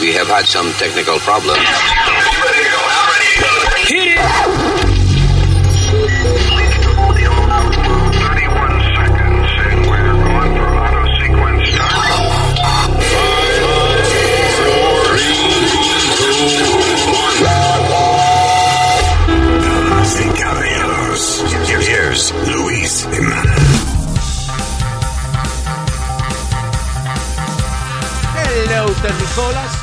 We have had some technical problems. Hit it! 31 seconds, and we're going for auto sequence start. 5, 4, 3, 2, 1. Damas y caballeros, here's Luis Jimenez. Hello, Terricolas.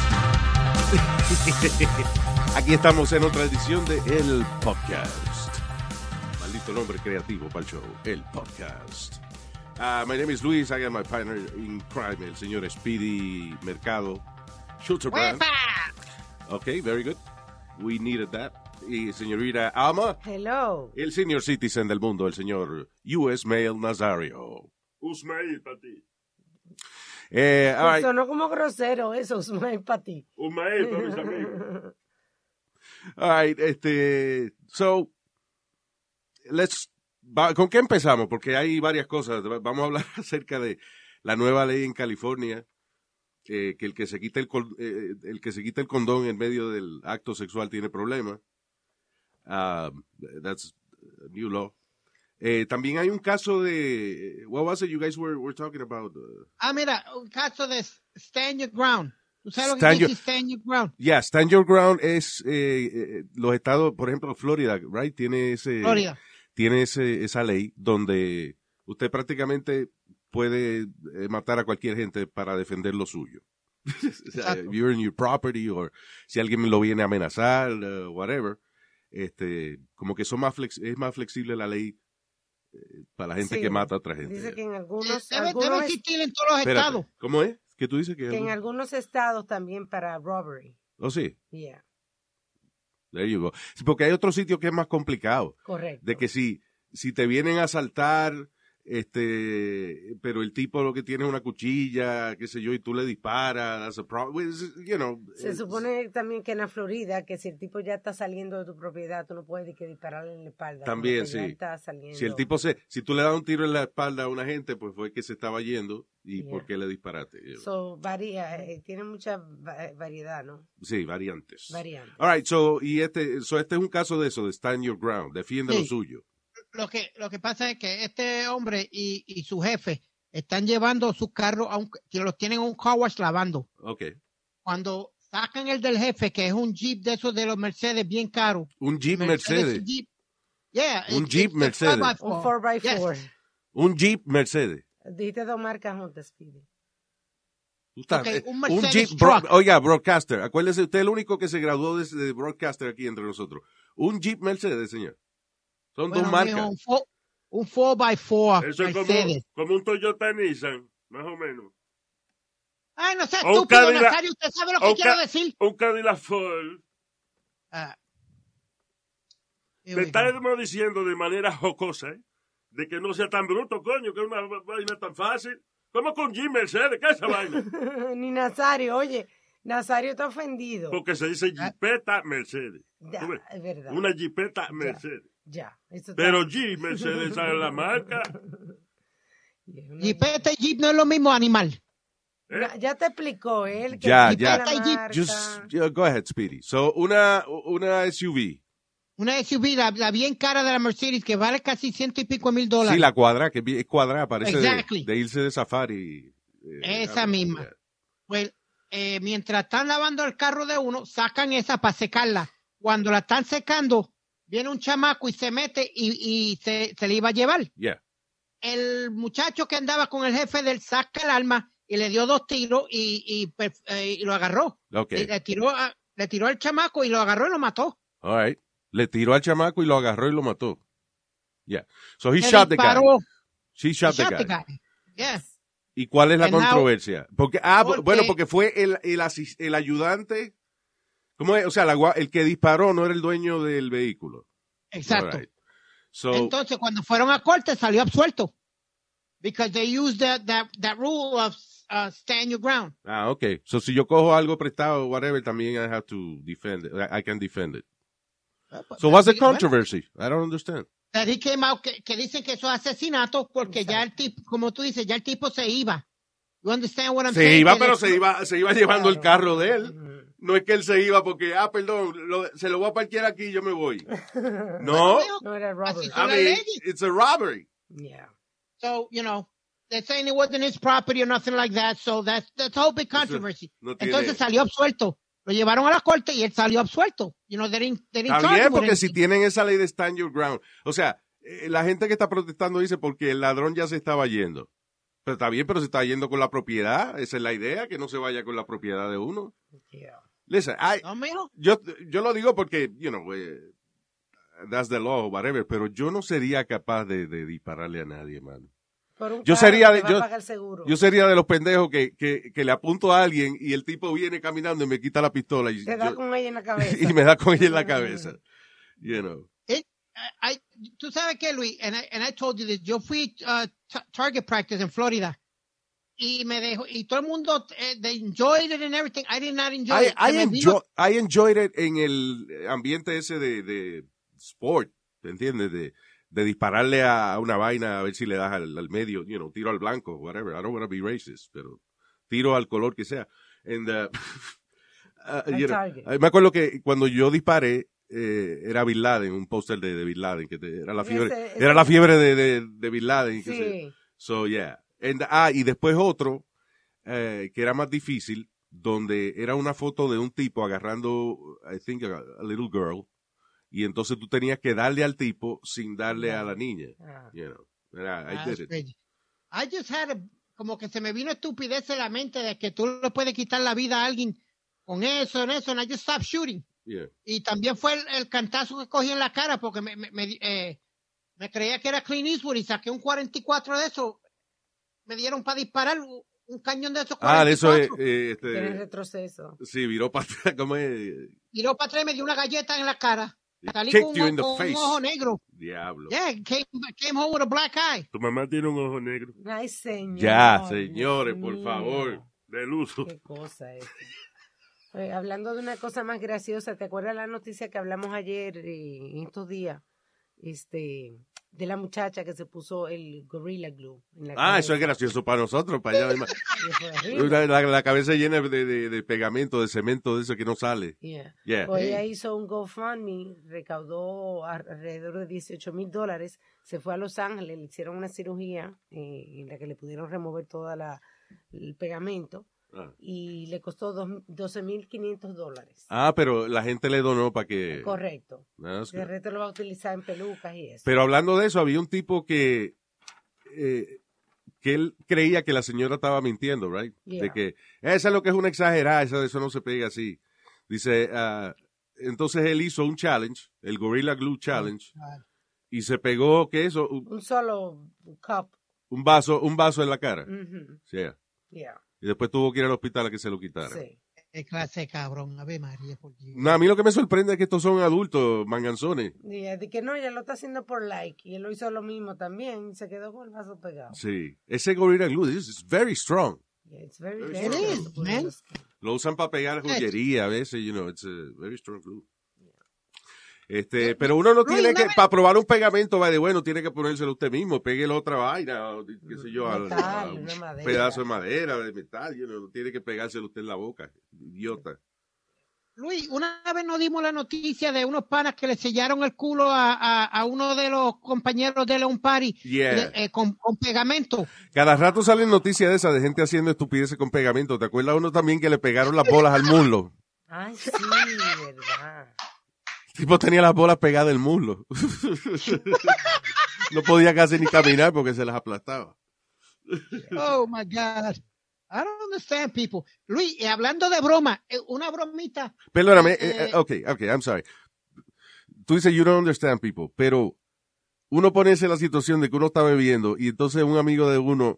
Aquí estamos en otra edición de El Podcast. Maldito nombre creativo para el show. El Podcast. My name is Luis. I am my partner in crime, el señor Speedy Mercado Schulterbrand. Okay, very good. We needed that. Y señorita Alma. Hello. El senior citizen del mundo, el señor U.S. Mail Nazario. Usmail para ti. All right. Sonó como grosero eso, Usmail para ti. Usmail para mis amigos. All right, so, ¿con qué empezamos? Porque hay varias cosas. Vamos a hablar acerca de la nueva ley en California, que el que se quita el condón en medio del acto sexual tiene problemas. That's a new law. También hay un caso de, what was it you guys were talking about? Mira, un caso de Stand Your Ground. ¿Tú sabes lo que dice Stand Your Ground? Yeah, Stand Your Ground es los estados, por ejemplo, Florida, right? Tiene esa ley donde usted prácticamente puede matar a cualquier gente para defender lo suyo. O sea, if you're in your property, o si alguien lo viene a amenazar, whatever, como que es más flexible la ley para la gente que mata a otra gente. Dice que en algunos debe existir en todos los estados. ¿Cómo es? ¿Qué tú dices? Que en algunos estados también para robbery. ¿Oh, sí? Yeah. There you go. Sí, porque hay otro sitio que es más complicado. Correcto. De que si te vienen a asaltar, pero el tipo lo que tiene es una cuchilla, qué sé yo, y tú le disparas, that's a problem. You know, se supone también que en la Florida, que si el tipo ya está saliendo de tu propiedad, tú no puedes dispararle en la espalda. También, sí. Si el tipo si tú le das un tiro en la espalda a una gente, pues fue que se estaba yendo y por qué le disparaste. So, varía, tiene mucha variedad, ¿no? Sí, variantes. Variantes. All right, este es un caso de eso, de stand your ground, defiende lo suyo. Lo que pasa es que este hombre y su jefe están llevando sus carros, que los tienen en un car wash lavando. Okay. Cuando sacan el del jefe, que es un Jeep de esos de los Mercedes bien caro. Un Jeep Mercedes. Yeah, un Jeep Mercedes. Un 4x4. Yes. Un Jeep Mercedes. Dijiste dos marcas juntas, Speedy. Un Jeep oiga, broadcaster. Acuérdese, usted es el único que se graduó de broadcaster aquí entre nosotros. Un Jeep Mercedes, señor. Son dos marcas. Un 4x4 Eso es como un Toyota Nissan, más o menos. Ay, no sé, estúpido, Nazario, usted sabe lo que quiero decir. Un Cadillac Ford. Te estamos diciendo de manera jocosa, de que no sea tan bruto, coño, que es una vaina tan fácil. ¿Cómo con Jeep Mercedes? ¿Qué es esa vaina? Ni Nazario, oye, Nazario está ofendido. Porque se dice Jeepeta Mercedes. Ya, es verdad. Una Jeepeta Mercedes. Ya. Pero Jeep Mercedes, ¿sabe la marca? Jeepeta y Jeep no es lo mismo animal. Ya te explicó él. Que ya. Just go ahead, Speedy. So, una SUV. Una SUV, la bien cara de la Mercedes, que vale casi $100,000. Sí, la cuadra, que es cuadrada, parece exactly. de irse de safari. Esa misma. Pues, mientras están lavando el carro de uno, sacan esa para secarla. Cuando la están secando, viene un chamaco y se mete y se le iba a llevar. Yeah. El muchacho que andaba con el jefe del saca el arma y le dio 2 tiros y lo agarró. Okay. Le tiró al chamaco y lo agarró y lo mató. All right. Le tiró al chamaco y lo agarró y lo mató. Yeah. So he shot the guy. She shot the guy. Yes. ¿Y cuál es la controversia? Porque fue el ayudante. ¿Cómo es? O sea, el que disparó no era el dueño del vehículo. Exacto. Right. So, entonces, cuando fueron a corte, salió absuelto. Because they used that rule of stand your ground. Okay. So, si yo cojo algo prestado, whatever, también I have to defend it. I can defend it. So, what's the controversy? I don't understand. That he came out, que dicen que eso es asesinato porque ya el tipo, como tú dices, ya el tipo se iba. You understand what I'm saying? Se iba, pero se iba llevando el carro de él. No es que él se iba porque, perdón, se lo voy a parquear aquí y yo me voy. No. No era robbery. I mean, it's a robbery. Yeah. So, they're saying it wasn't his property or nothing like that. So that's a whole big controversy. No tiene... Entonces salió absuelto. Lo llevaron a la corte y él salió absuelto. They didn't Está bien, porque si tienen esa ley de stand your ground. O sea, la gente que está protestando dice porque el ladrón ya se estaba yendo. Pero está bien, pero se está yendo con la propiedad. Esa es la idea, que no se vaya con la propiedad de uno. Yeah. Listen, yo lo digo porque, that's the law, whatever, pero yo no sería capaz de dispararle a nadie, mano. Yo sería de los pendejos que le apunto a alguien y el tipo viene caminando y me quita la pistola. Y te da con ella en la cabeza. Y me da con ella en la cabeza. Tú sabes qué, Luis, and I told you this, yo fui target practice en Florida y me dejó, y todo el mundo, they enjoyed it and everything. I did not enjoy it. I enjoyed it en el ambiente ese de sport, ¿te entiendes? De dispararle a una vaina a ver si le das al medio, tiro al blanco, whatever. I don't want to be racist, pero tiro al color que sea. And, me acuerdo que cuando yo disparé, era Bin Laden, un póster de Bin Laden, que era la fiebre, era la fiebre de Bin Laden. Sí. So, yeah. And, y después otro, que era más difícil, donde era una foto de un tipo agarrando, I think, a little girl, y entonces tú tenías que darle al tipo sin darle a la niña. I did it. I just had como que se me vino estupidez en la mente de que tú le puedes quitar la vida a alguien con eso, and I just stopped shooting. Yeah. Y también fue el cantazo que cogí en la cara porque me creía que era Clint Eastwood y saqué un 44 de eso. Me dieron para disparar un cañón de esos 44. De eso es... Tienes retroceso. Sí, viró para atrás. ¿Cómo es? Viró para atrás y me dio una galleta en la cara. Salí con un ojo negro. Diablo. Yeah, came home with a black eye. Tu mamá tiene un ojo negro. Ay, señor. Ya, señores, por favor. Del uso. Qué cosa es. Hablando de una cosa más graciosa, ¿te acuerdas la noticia que hablamos ayer, en estos días? De la muchacha que se puso el Gorilla Glue en la cabeza. Eso es gracioso para nosotros, para allá. la cabeza llena de pegamento, de cemento, de eso que no sale. Yeah. Pues ella hizo un GoFundMe, recaudó alrededor de $18,000, se fue a Los Ángeles, le hicieron una cirugía en la que le pudieron remover toda el pegamento. Y le costó $12,500. Pero la gente le donó para que... Correcto. El resto lo va a utilizar en pelucas y eso. Pero hablando de eso, había un tipo que él creía que la señora estaba mintiendo, right? Yeah. De que esa es lo que es una exagerada, eso no se pega así. Dice, entonces él hizo un challenge, el Gorilla Glue Challenge, y se pegó, ¿qué es eso? Un solo cup. Un vaso en la cara. Mm-hmm. Yeah. Y después tuvo que ir al hospital a que se lo quitara. Sí. Qué clase de cabrón, Ave María, por Dios. No, a mí lo que me sorprende es que estos son adultos, manganzones. De que no, ella lo está haciendo por like. Y él lo hizo lo mismo también. Y se quedó con el vaso pegado. Sí. Ese Gorilla Glue, this is very strong. Yeah, it's very It is, man. Lo usan para pegar joyería a veces, it's a very strong glue. Pero uno no tiene que, para probar un pegamento, tiene que ponérselo usted mismo, pegue la otra vaina, qué sé yo, metal, un pedazo de madera, de metal, no tiene que pegárselo usted en la boca, idiota. Luis, una vez nos dimos la noticia de unos panas que le sellaron el culo a uno de los compañeros de un party con pegamento. Cada rato salen noticias de esas de gente haciendo estupideces con pegamento. ¿Te acuerdas uno también que le pegaron las bolas al muslo? Ay, sí, verdad. El tipo tenía las bolas pegadas del muslo. No podía casi ni caminar porque se las aplastaba. Oh, my God. I don't understand people. Luis, hablando de broma, una bromita. Perdóname, okay, I'm sorry. Tú dices you don't understand people, pero uno pone en la situación de que uno está bebiendo y entonces un amigo de uno,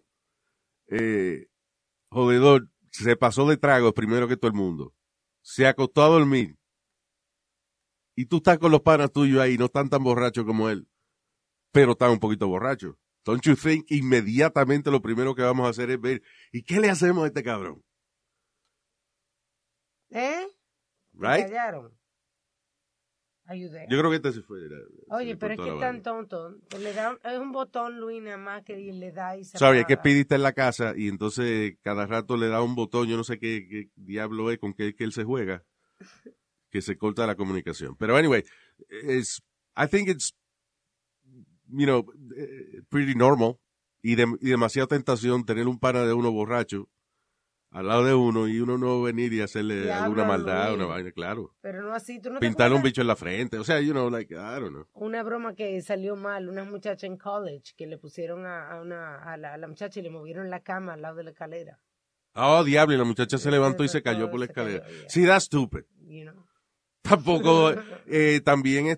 jodedor, se pasó de tragos primero que todo el mundo. Se acostó a dormir. Y tú estás con los panas tuyos ahí, no están tan borrachos como él, pero están un poquito borrachos. Don't you think inmediatamente lo primero que vamos a hacer es ver, ¿y qué le hacemos a este cabrón? Right? ¿Callaron? Ayudé. Yo creo que este se fue. Oye, pero es que es tan tonto. Es un botón, Luis, nada más que le da y se Sorry, apaga. es que Speedy está en la casa y entonces cada rato le da un botón, yo no sé qué diablo es con que él se juega. que se corta la comunicación. Pero anyway, I think it's, pretty normal y demasiada tentación tener un pana de uno borracho al lado de uno y uno no venir y hacerle alguna maldad, una vaina, claro. Pero no así, tú no pintarle un bicho en la frente, o sea, I don't know. Una broma que salió mal, una muchacha en college que le pusieron a la muchacha y le movieron la cama al lado de la escalera. Oh, diablo, y la muchacha se levantó y se cayó por la escalera. Sí, that's stupid. Tampoco, también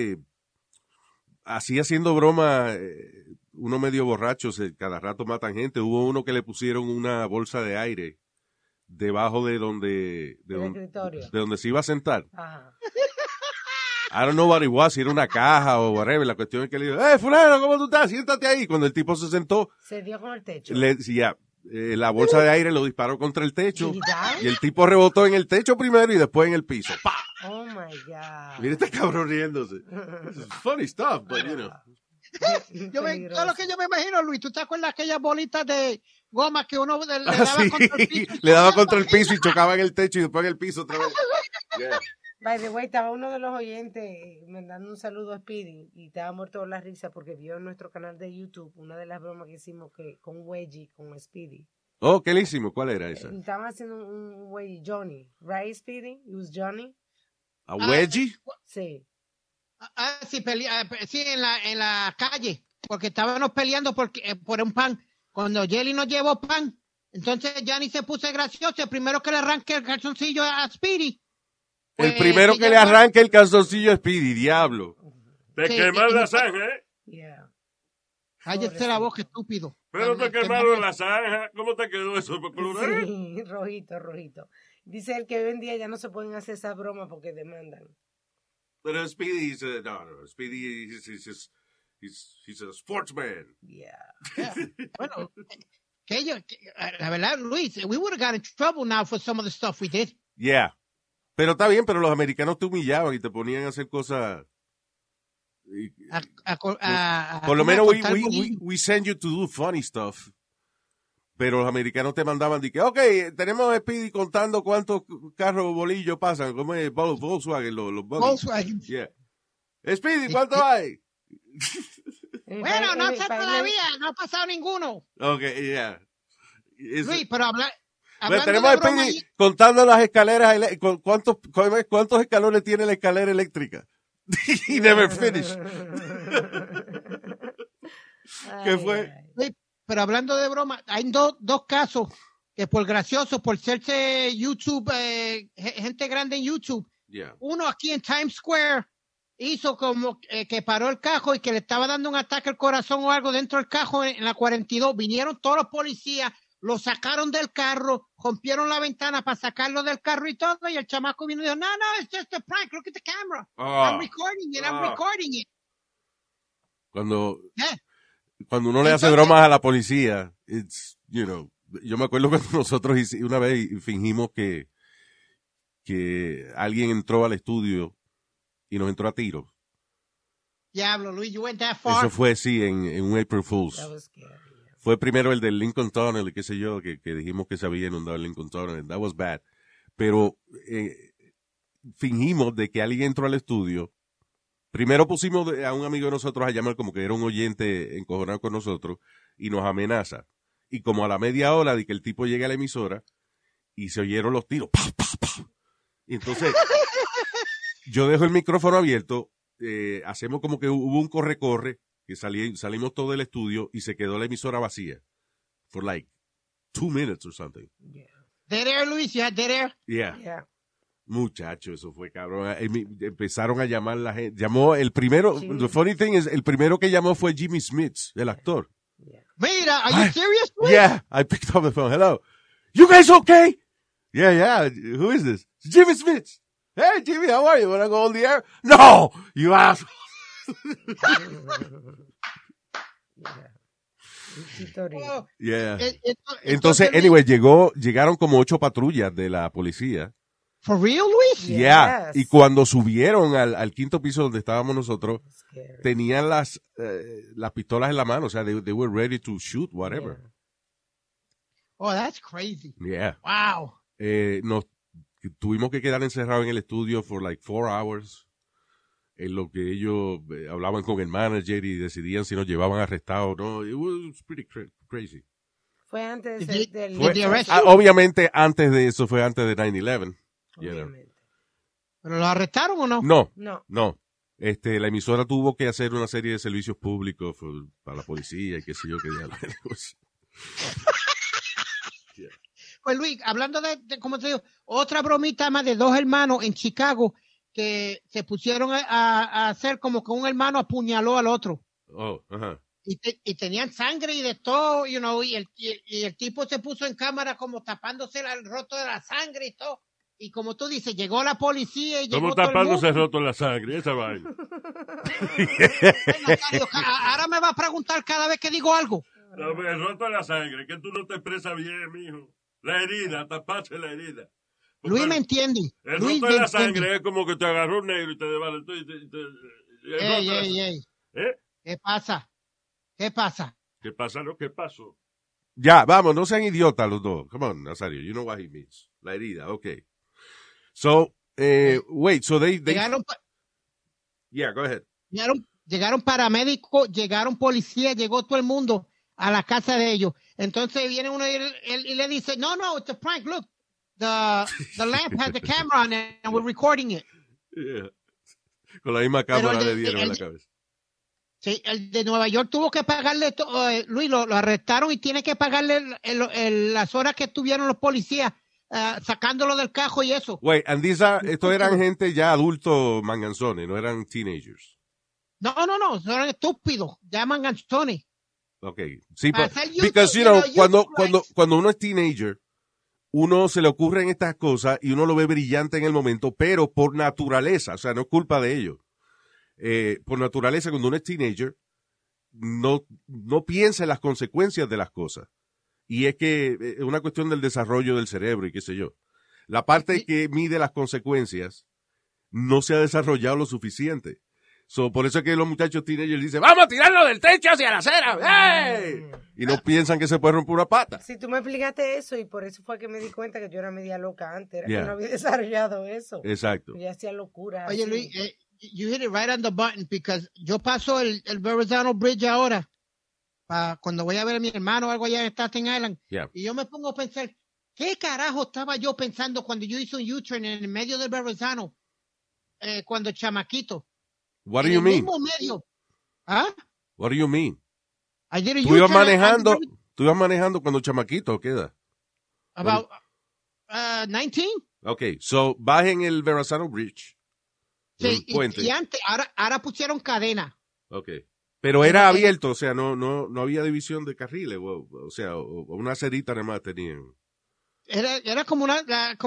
así haciendo broma, uno medio borracho, cada rato matan gente. Hubo uno que le pusieron una bolsa de aire debajo de donde se iba a sentar. Ajá. I don't know what it was, si era una caja o whatever. La cuestión es que le dijo, fulano, ¿cómo tú estás? Siéntate ahí. Cuando el tipo se sentó, se dio con el techo. La bolsa de aire lo disparó contra el techo y el tipo rebotó en el techo primero y después en el piso. ¡Pah! Oh my God. Mira este cabrón riéndose. It's funny stuff, but lo que yo me imagino, Luis, ¿tú te acuerdas de aquellas bolitas de goma que uno le daba contra el piso? Le daba contra el piso y chocaba en el techo y después en el piso otra vez. Yeah. By the way, estaba uno de los oyentes mandando un saludo a Speedy y estaba muerto de la risa porque vio en nuestro canal de YouTube una de las bromas que hicimos con Wedgie, con Speedy. Oh, qué lísimo. ¿Cuál era esa? Estaban haciendo un Wedgie, Johnny. Right, Speedy? It was Johnny. ¿A Wedgie? Sí. Sí, en la calle, porque estábamos peleando por un pan. Cuando Jelly nos llevó pan, entonces Johnny se puso gracioso. El primero que le arranque el calzoncillo a Speedy. El primero que le arranque el calzoncillo a Speedy, diablo. Te quemaron la zanja, ¿eh? Yeah. Cállate la boca, estúpido. Pero te quemaron la zanja. ¿Cómo te quedó eso? Sí, rojito. Dice él que hoy en día ya no se pueden hacer esas bromas porque demandan. Pero Speedy Speedy he's a sportsman. Yeah. Bueno, la verdad, Luis, we would have got in trouble now for some of the stuff we did. Yeah. Pero está bien, pero los americanos te humillaban y te ponían a hacer cosas. Por lo menos we send you to do funny stuff. Pero los americanos te mandaban de que, tenemos a Speedy contando cuántos carros bolillos pasan, como es Volkswagen, los Volkswagen. Yeah. Speedy, ¿cuánto hay? Bueno, no sé todavía, no ha pasado ninguno. Okay, yeah. Luis, pero Pero tenemos a Speedy contando las escaleras, ¿cuántos escalones tiene la escalera eléctrica? He never finished. ¿Qué fue? Luis, pero hablando de broma, hay dos casos que por gracioso, por serse YouTube, gente grande en YouTube. Yeah. Uno aquí en Times Square hizo como que paró el cajo y que le estaba dando un ataque al corazón o algo dentro del cajo en la 42. Vinieron todos los policías, lo sacaron del carro, rompieron la ventana para sacarlo del carro y todo, y el chamaco vino y dijo, no, it's just a prank, look at the camera. I'm recording it. Cuando uno le hace bromas a la policía, yo me acuerdo cuando nosotros una vez fingimos que alguien entró al estudio y nos entró a tiros. Diablo, Luis, you went that far. Eso fue, sí, en un April Fool's. Fue primero el del Lincoln Tunnel, qué sé yo, que dijimos que se había inundado el Lincoln Tunnel. That was bad. Pero fingimos de que alguien entró al estudio. Primero pusimos a un amigo de nosotros a llamar como que era un oyente encojonado con nosotros y nos amenaza. Y como a la media hora de que el tipo llegue a la emisora y se oyeron los tiros. ¡Pah, pah, pah! Y entonces yo dejo el micrófono abierto, hacemos como que hubo un corre-corre, que salimos todo del estudio y se quedó la emisora vacía. For like 2 minutes or something. Yeah. Dead air, Luis, you had dead air? Yeah. Muchacho, eso fue cabrón. Empezaron a llamar la gente. Llamó el primero, the funny thing is, el primero que llamó fue Jimmy Smith, el actor. Yeah. Mira, are you serious, Luis? Yeah, I picked up the phone. Hello. You guys okay? Yeah. Who is this? Jimmy Smith. Hey, Jimmy, how are you? Wanna go on the air? No, you asshole. Yeah. Entonces, anyway, llegaron como 8 patrullas de la policía. For real, Luis? Yeah. Y cuando subieron al quinto piso donde estábamos nosotros, tenían las pistolas en la mano. O sea, they were ready to shoot, whatever. Yeah. Oh, that's crazy. Yeah. Wow. tuvimos que quedar encerrados en el estudio for like 4 hours, en lo que ellos hablaban con el manager y decidían si nos llevaban arrestados o no. It was pretty crazy. Fue antes del obviamente antes de eso, fue antes de 9/11. Obviamente. ¿Pero lo arrestaron o no? No. La emisora tuvo que hacer una serie de servicios públicos para la policía y qué sé yo qué diablos. Pues Luis, hablando de como te digo, otra bromita más de 2 hermanos en Chicago que se pusieron a hacer como que un hermano apuñaló al otro. Oh, ajá. Y tenían sangre y de todo, y el tipo se puso en cámara como tapándose el roto de la sangre y todo. Y como tú dices, llegó la policía y llegó ¿Cómo todo tapándose el mundo. roto la sangre? Esa vaina. Nazario, ahora me va a preguntar cada vez que digo algo. No, el roto de la sangre, que tú no te expresas bien, mijo. La herida, taparse la herida. Porque Luis me entiende. El Luis roto de la entiende. sangre es como que te agarró un negro y te desbarató Ey. ¿Eh? ¿Qué pasa? ¿Qué pasa? ¿Qué pasa? ¿Qué pasó? Ya, vamos, no sean idiotas los dos. Come on, Nazario, you know what he means. La herida, okay. So, wait, so they yeah, go ahead. Llegaron paramédicos, llegaron policías, llegó todo el mundo a la casa de ellos. Entonces viene uno y le dice, no, it's a prank, look, the lamp has the camera on it and we're recording it. Yeah. Con la misma cámara le dieron en la cabeza. Sí, el de Nueva York tuvo que pagarle, Luis, lo arrestaron y tiene que pagarle las horas que estuvieron los policías sacándolo del cajo y eso. Wait, and estos eran gente ya adultos manganzones, no eran teenagers. No, son estúpidos, ya manganzones. Okay, sí, YouTube, because, you know, cuando uno es teenager, uno se le ocurren estas cosas y uno lo ve brillante en el momento, pero por naturaleza, o sea, no es culpa de ellos. Por naturaleza, cuando uno es teenager, no piensa en las consecuencias de las cosas. Y es que es una cuestión del desarrollo del cerebro y qué sé yo. La parte que mide las consecuencias no se ha desarrollado lo suficiente. Por eso es que los muchachos teenagers dicen, ¡vamos a tirarlo del techo hacia la acera! ¡Hey! Y no piensan que se puede romper una pata. Si tú me explicaste eso, y por eso fue que me di cuenta que yo era media loca antes, era que no había desarrollado eso. Exacto. Yo hacía locura. Oye, así. Luis, you hit it right on the button, because yo paso el Verrazano Bridge ahora, cuando voy a ver a mi hermano o algo allá en Staten Island, y yo me pongo a pensar, ¿qué carajo estaba yo pensando cuando yo hice un U-turn en el medio del Verrazano, cuando chamaquito? What do you mean? Medio. ¿Ah? What do you mean? ¿Tú ibas manejando cuando chamaquito, ¿qué edad? About 19. Okay, so bajen el Verrazano Bridge. Sí, y antes, ahora pusieron cadena. Okay. Pero era abierto, o sea, no había división de carriles, o sea, una acerita nada más tenían. Era como una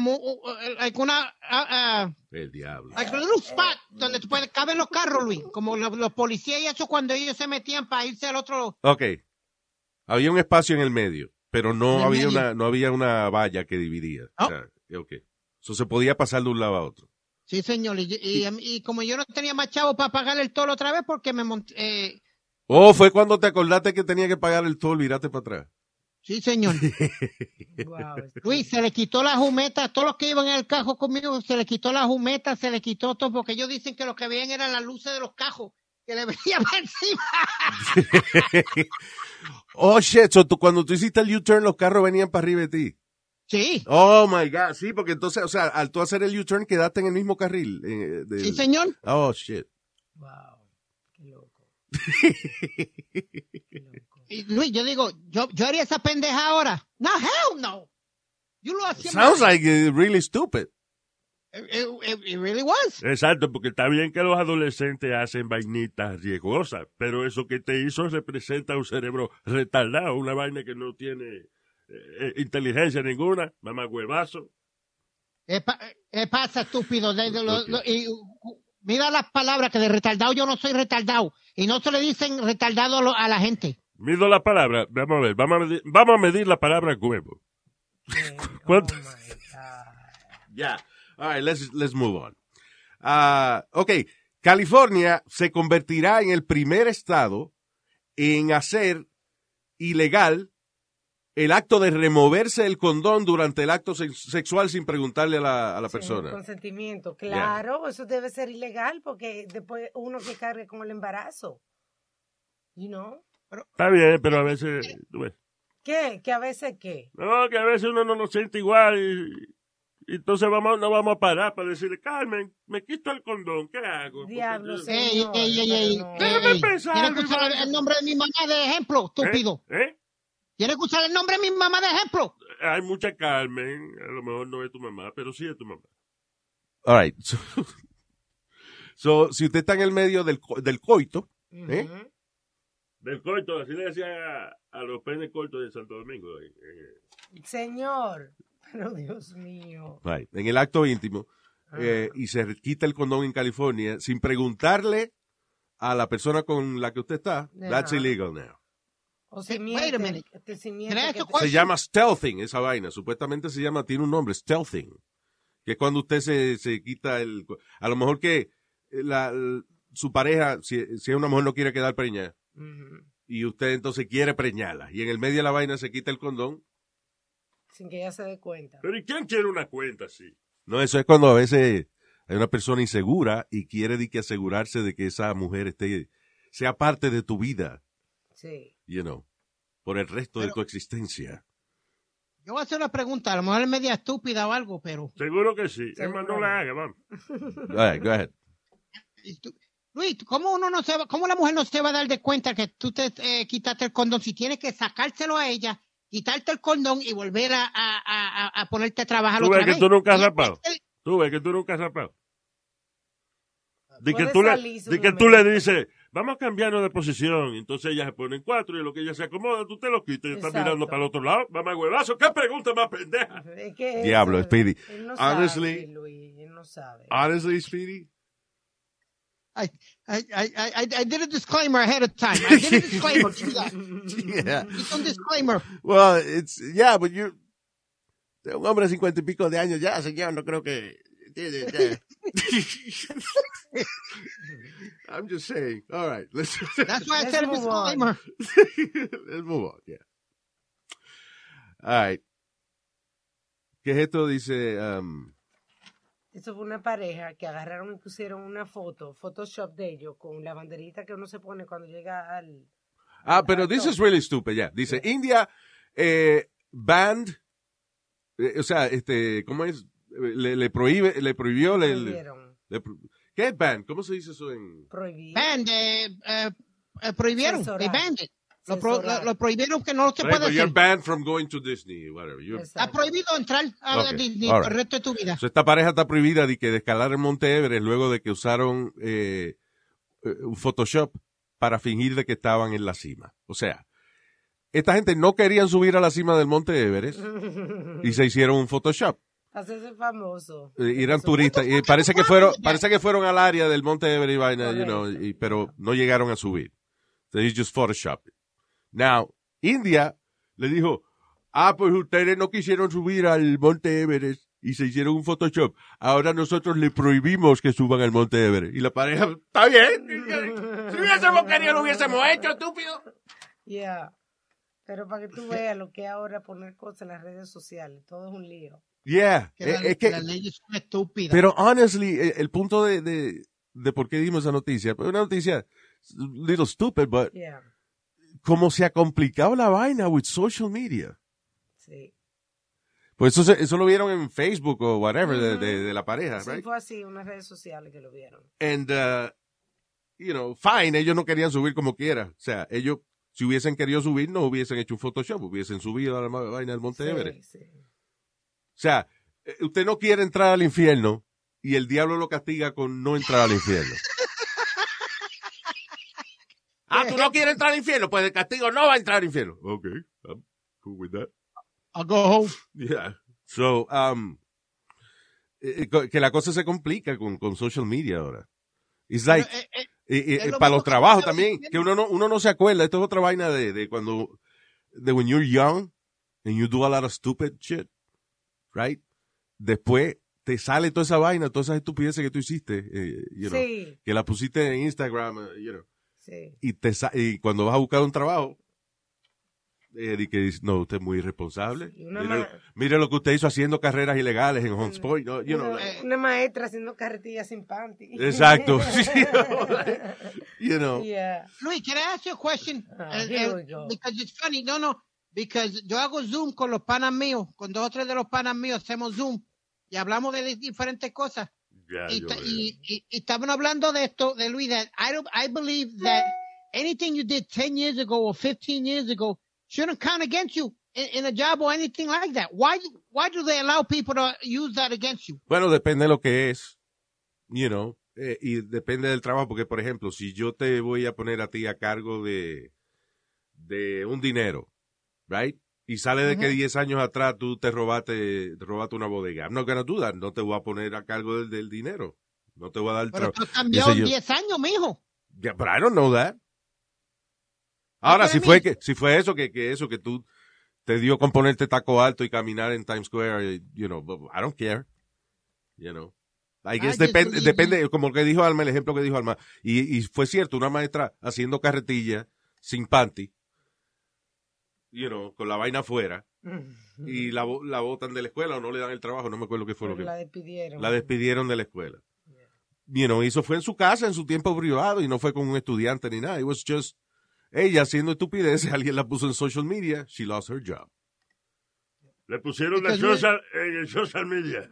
el diablo. Like a little spot donde caben los carros, Luis, como los policías y eso cuando ellos se metían para irse al otro. Okay. Había un espacio en el medio, pero no había una valla que dividía. Oh. O sea, okay. Eso se podía pasar de un lado a otro. Sí, señor. Y como yo no tenía más chavo para pagar el toll otra vez porque me monté. Fue cuando te acordaste que tenía que pagar el toll, viraste para atrás. Sí, señor. Wow. Luis, se le quitó la jumeta, todos los que iban en el cajo conmigo, se le quitó la jumeta, se le quitó todo, porque ellos dicen que lo que veían eran las luces de los cajos, que le veían encima. Oh, shit, so cuando tú hiciste el U-turn, los carros venían para arriba de ti. Sí. Oh, my God, sí, porque entonces, o sea, al tú hacer el U-turn, quedaste en el mismo carril. Sí, señor. Oh, shit. Wow, qué loco. Qué loco. Y Luis, yo digo, yo haría esa pendeja ahora. No, hell no. Yo lo hacía. Sounds like really stupid. It really was. Exacto, porque está bien que los adolescentes hacen vainitas riesgosas, pero eso que te hizo representa un cerebro retardado, una vaina que no tiene inteligencia ninguna, mamá huevazo. ¿Qué pasa, estúpido? Mira las palabras, que de retardado yo no soy retardado, y no se le dicen retardado a la gente. Mido la palabra, vamos a ver, vamos a medir la palabra huevo. ¿Cuánto? Yeah. All right, let's move on. Okay, California se convertirá en el primer estado en hacer ilegal el acto de removerse el condón durante el acto sexual sin preguntarle a la persona. Consentimiento, claro, eso debe ser ilegal porque después uno que cargue con el embarazo, you know. Está bien, pero a veces... ¿Qué? ¿Que a veces qué? No, que a veces uno no lo siente igual y entonces no vamos a parar para decirle, Carmen, me quito el condón, ¿qué hago? Diablo, Déjame pensar. ¿Tienes que usar el nombre de mi mamá de ejemplo, estúpido? ¿Tienes que usar el nombre de mi mamá de ejemplo? Hay mucha Carmen, a lo mejor no es tu mamá, pero sí es tu mamá. All right. So, si usted está en el medio del coito, Del coito, así le decía a los penes cortos de Santo Domingo. Señor, pero Dios mío. Right. En el acto íntimo, y se quita el condón en California sin preguntarle a la persona con la que usted está, that's illegal now. O si Wait a minute. Se llama stealthing, esa vaina. Supuestamente tiene un nombre, stealthing. Que es cuando usted se quita a lo mejor que su pareja, si es una mujer, no quiere quedar preñada. Y usted entonces quiere preñarla. Y en el medio de la vaina se quita el condón. Sin que ella se dé cuenta. Pero ¿y quién quiere una cuenta así? No, eso es cuando a veces hay una persona insegura y quiere asegurarse de que esa mujer sea parte de tu vida. Sí. You know, por el resto de tu existencia. Yo voy a hacer una pregunta, a lo mejor es media estúpida o algo, pero... Seguro que sí. Es más, no la haga, vamos. All right, go ahead. Luis, ¿cómo la mujer no se va a dar de cuenta que tú te quitaste el condón si tienes que sacárselo a ella, quitarte el condón y volver a ponerte a trabajar otra vez? ¿Tú ves que tú nunca has rapado? ¿Tú ves que tú nunca has rapado? De que tú le dices, vamos a cambiarnos de posición. Entonces ella se pone en 4 y lo que ella se acomoda, tú te lo quitas y estás mirando para el otro lado. Mamá huevazo, ¿qué pregunta más pendeja? Diablo, Speedy. Él no Honestly, sabe, Luis, él no sabe. Honestly, Speedy. I did a disclaimer ahead of time. I did a disclaimer. Yeah. It's un disclaimer. Well, but un hombre de 50 y pico de años ya, señor, no creo que... I'm just saying. All right. That's why I said a disclaimer. Let's move on, yeah. All right. ¿Qué es esto? Dice... Eso fue una pareja que agarraron y pusieron una Photoshop de ellos, con la banderita que uno se pone cuando llega al... pero this is really stupid, yeah. Dice, India banned, o sea, ¿cómo es? Le prohibió, ¿qué es ban? ¿Cómo se dice eso en...? Prohibir. Prohibieron, they banned it. Lo prohibieron que no se puede You're hacer. banned from going to Disney, whatever. Está prohibido entrar a Disney por el resto de tu vida. So, esta pareja está prohibida de escalar el Monte Everest luego de que usaron un Photoshop para fingir de que estaban en la cima. O sea, esta gente no querían subir a la cima del Monte Everest y se hicieron un Photoshop. Hacerse famoso. Eran turistas y parece que fueron al área del Monte Everest y vaina, pero no llegaron a subir. They just Photoshop. Now, India le dijo, pues ustedes no quisieron subir al Monte Everest y se hicieron un Photoshop. Ahora nosotros le prohibimos que suban al Monte Everest. Y la pareja, está bien. Si hubiésemos querido, lo hubiésemos hecho, estúpido. Yeah. Pero para que tú veas lo que es ahora poner cosas en las redes sociales. Todo es un lío. Yeah. Las leyes son estúpidas. Pero, honestly, el punto de por qué dimos esa noticia, pues una noticia little stupid, but... Yeah. Como se ha complicado la vaina with social media. Sí. Pues eso lo vieron en Facebook o whatever de la pareja, Sí, right? fue así, unas redes sociales que lo vieron. And, fine, ellos no querían subir como quiera. O sea, ellos, si hubiesen querido subir, no hubiesen hecho un Photoshop, hubiesen subido a la vaina del Monte Everest. Sí. O sea, usted no quiere entrar al infierno y el diablo lo castiga con no entrar al infierno. ¿Tú no quieres entrar al infierno? Pues el castigo no va a entrar al infierno. Okay, I'm cool with that. I'll go home. Yeah. So, que la cosa se complica con social media ahora. It's like, para los trabajos también, que uno no se acuerda. Esto es otra vaina de cuando, when you're young and you do a lot of stupid shit, right? Después te sale toda esa vaina, todas esas estupideces que tú hiciste, Sí. que la pusiste en Instagram, Sí. y cuando vas a buscar un trabajo, Eddie que dice, no, usted es muy irresponsable. Sí, mire lo que usted hizo haciendo carreras ilegales en Hunts Point. No, una maestra haciendo carretillas sin panty. Exacto. Yeah. Luis, can I ask you a question? Here we go. Because it's funny. No. Because yo hago Zoom con los panas míos, con 2 o 3 de los panas míos, hacemos Zoom y hablamos de diferentes cosas. Y estaban hablando de esto, de Luis, that I believe that anything you did 10 years ago or 15 years ago shouldn't count against you in a job or anything like that. Why do they allow people to use that against you? Bueno, depende de lo que es, y depende del trabajo, porque, por ejemplo, si yo te voy a poner a ti a cargo de un dinero, right? Y sale de que 10 años atrás tú te robaste una bodega. I'm not gonna do that. No te voy a poner a cargo del dinero. No te voy a dar el Pero trabajo. tú cambió en 10 años, mijo. Yeah, but I don't know that. Ahora, si fue eso que tú te dio con ponerte taco alto y caminar en Times Square, I don't care. I guess depende, como que dijo Alma, el ejemplo que dijo Alma. Y fue cierto, una maestra haciendo carretilla sin panty, con la vaina afuera, y la botan de la escuela o no le dan el trabajo, no me acuerdo qué fue lo que... La despidieron. La despidieron de la escuela. Y eso fue en su casa, en su tiempo privado, y no fue con un estudiante ni nada. It was just ella haciendo estupideces, alguien la puso en social media, she lost her job. Le pusieron la social en el social media.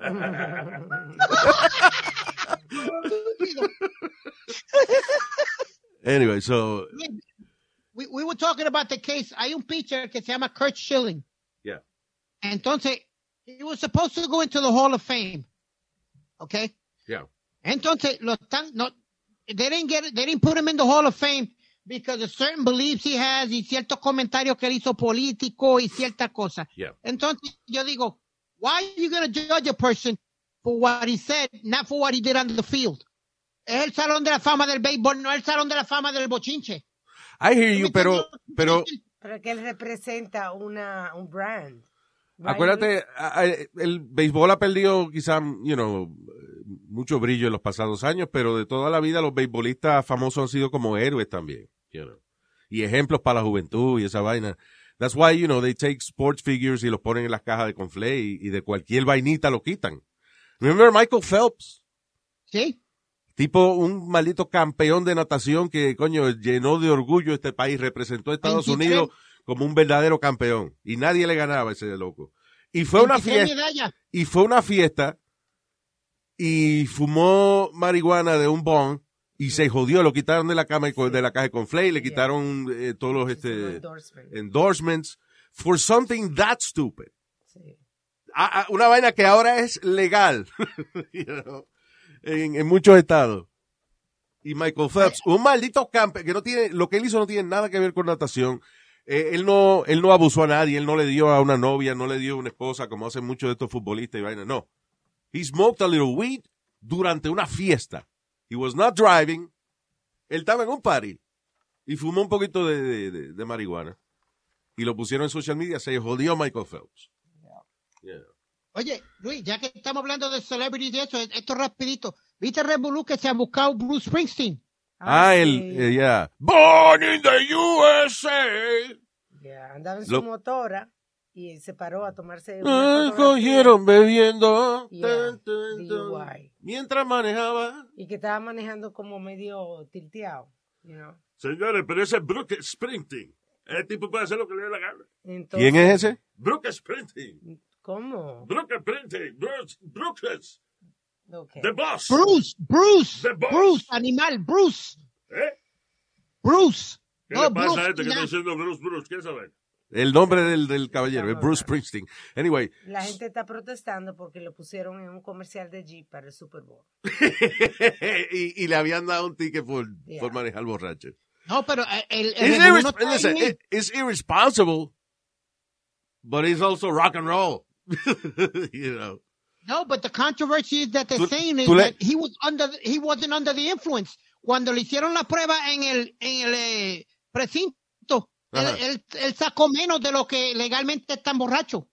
Anyway, so... We were talking about the case. Hay un pitcher que se llama Kurt Schilling. Yeah. Entonces, he was supposed to go into the Hall of Fame. Okay? Yeah. Entonces, they didn't put him in the Hall of Fame because of certain beliefs he has y ciertos comentarios que él hizo político y ciertas cosas. Yeah. Entonces, yo digo, why are you going to judge a person for what he said, not for what he did on the field? Es el salón de la fama del béisbol, no el salón de la fama del bochinche. I hear you, pero que él representa un brand. Right? Acuérdate, el béisbol ha perdido quizá, mucho brillo en los pasados años, pero de toda la vida los beisbolistas famosos han sido como héroes también, y ejemplos para la juventud y esa vaina. That's why, they take sports figures y los ponen en las cajas de conflay y de cualquier vainita lo quitan. Remember Michael Phelps? Sí. Tipo un maldito campeón de natación que, llenó de orgullo este país, representó a Estados Unidos como un verdadero campeón. Y nadie le ganaba a ese loco. Y fue una fiesta. Y fumó marihuana de un bong y se jodió. Lo quitaron de la caja de conflay, le quitaron todos los endorsements for something that stupid. Sí. Una vaina que ahora es legal. En muchos estados. Y Michael Phelps, un maldito campe que no tiene, lo que él hizo no tiene nada que ver con natación. Él no abusó a nadie, él no le dio a una novia, no le dio a una esposa como hacen muchos de estos futbolistas y vaina. No. He smoked a little weed durante una fiesta. He was not driving. Él estaba en un party y fumó un poquito de marihuana. Y lo pusieron en social media, se jodió Michael Phelps. Yeah. Oye, Luis, ya que estamos hablando de celebrities y eso, esto rapidito. ¿Viste el revolú que se ha buscado Bruce Springsteen? Yeah. Born in the USA. Yeah, andaba en su motora y se paró a tomarse cogieron bebiendo. Yeah, DUI. Mientras manejaba. Y que estaba manejando como medio tilteado, Señores, pero ese es Bruce Springsteen. Ese tipo puede hacer lo que le dé la gana. Entonces, ¿quién es ese? Bruce Springsteen. ¿Cómo? Bruce Springsteen. Bruce. Okay. The Boss. Bruce. The Boss. Bruce, animal, Bruce. Bruce. ¿Qué le pasa a este que está diciendo Bruce? ¿Qué sabe? El nombre del caballero es Bruce Springsteen. Anyway. La gente está protestando porque lo pusieron en un comercial de Jeep para el Super Bowl. y le habían dado un ticket por manejar borracho. No, pero it's irresponsible, but it's also rock and roll. No, but the controversy that they're saying is that he wasn't under the influence. Cuando le hicieron la prueba en el precinto, él sacó menos de lo que legalmente están borracho.